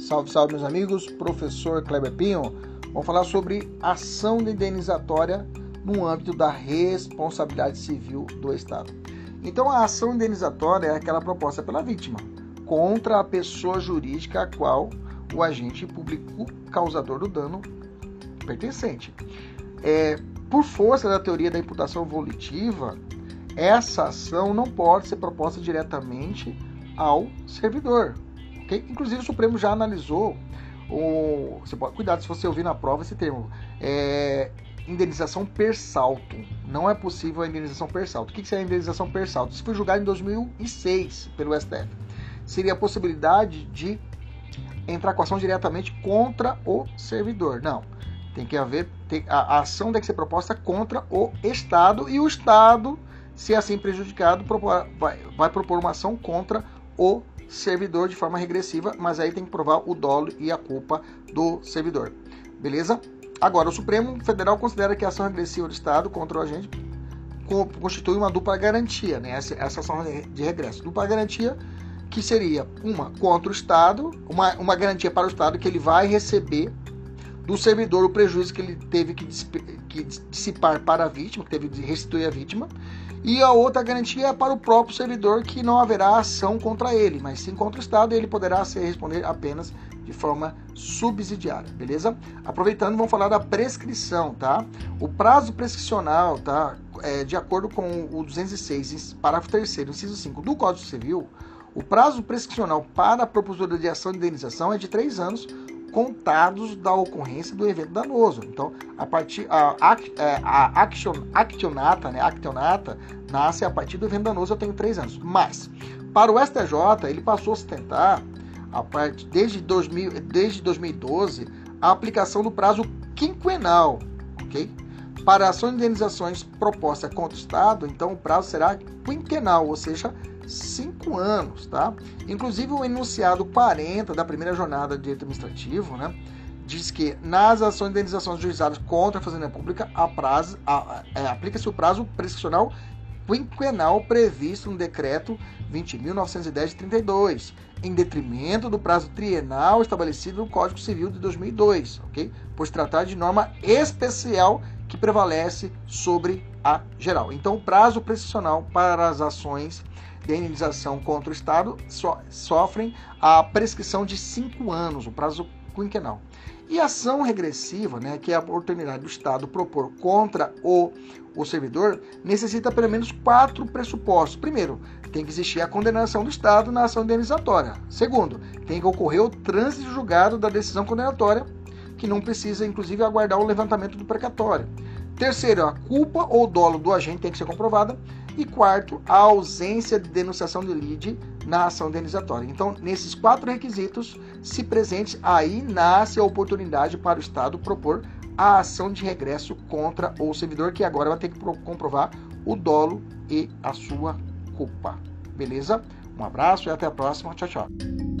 Salve, salve, meus amigos. Professor Kleber Pinho. Vamos falar sobre ação indenizatória no âmbito da responsabilidade civil do Estado. Então, a ação indenizatória é aquela proposta pela vítima contra a pessoa jurídica a qual o agente público causador do dano pertencente. Por força da teoria da imputação volitiva, essa ação não pode ser proposta diretamente ao servidor. Okay? Inclusive, o Supremo já analisou, cuidado se você ouvir na prova esse termo, indenização per salto. Não é possível a indenização per salto. O que é a indenização per salto? Isso foi julgado em 2006 pelo STF. Seria a possibilidade de entrar com ação diretamente contra o servidor. Não. Tem que haver, a ação tem que ser proposta contra o Estado, e o Estado, se assim prejudicado, vai propor uma ação contra o servidor de forma regressiva, mas aí tem que provar o dolo e a culpa do servidor. Beleza? Agora, o Supremo Federal considera que a ação regressiva do Estado contra o agente constitui uma dupla garantia, né? Essa ação de regresso. Dupla garantia que seria uma contra o Estado, uma garantia para o Estado que ele vai receber do servidor o prejuízo que ele teve que dissipar para a vítima, que teve de restituir a vítima, e a outra garantia é para o próprio servidor, que não haverá ação contra ele, mas sim contra o Estado, e ele poderá responder apenas de forma subsidiária, beleza? Aproveitando, vamos falar da prescrição, tá? O prazo prescricional, tá? De acordo com o 206, parágrafo 3º, inciso 5 do Código Civil, o prazo prescricional para a propositura de ação de indenização é de 3 anos, contados da ocorrência do evento danoso. Então, a actionata nasce a partir do evento danoso, eu tenho 3 anos. Mas, para o STJ, ele passou a sustentar, desde 2012, a aplicação do prazo quinquenal, ok? Para ações de indenizações propostas contra o Estado, então o prazo será quinquenal, ou seja, 5 anos, tá? Inclusive, o enunciado 40 da primeira jornada de direito administrativo, né, diz que nas ações de indenizações juizadas contra a Fazenda Pública, aplica-se o prazo prescricional quinquenal previsto no decreto 20.910 de 32, em detrimento do prazo trienal estabelecido no Código Civil de 2002, ok? Por se tratar de norma especial que prevalece sobre a geral. Então, o prazo prescricional para as ações de indenização contra o Estado sofrem a prescrição de 5 anos, o prazo quinquenal. E a ação regressiva, né, que é a oportunidade do Estado propor contra o servidor, necessita pelo menos 4 pressupostos. Primeiro, tem que existir a condenação do Estado na ação indenizatória. Segundo, tem que ocorrer o trânsito julgado da decisão condenatória, que não precisa, inclusive, aguardar o levantamento do precatório. Terceiro, a culpa ou dolo do agente tem que ser comprovada. E quarto, a ausência de denunciação de lide na ação indenizatória. Então, nesses 4 requisitos, se presente, aí nasce a oportunidade para o Estado propor a ação de regresso contra o servidor, que agora vai ter que comprovar o dolo e a sua culpa. Beleza? Um abraço e até a próxima. Tchau, tchau.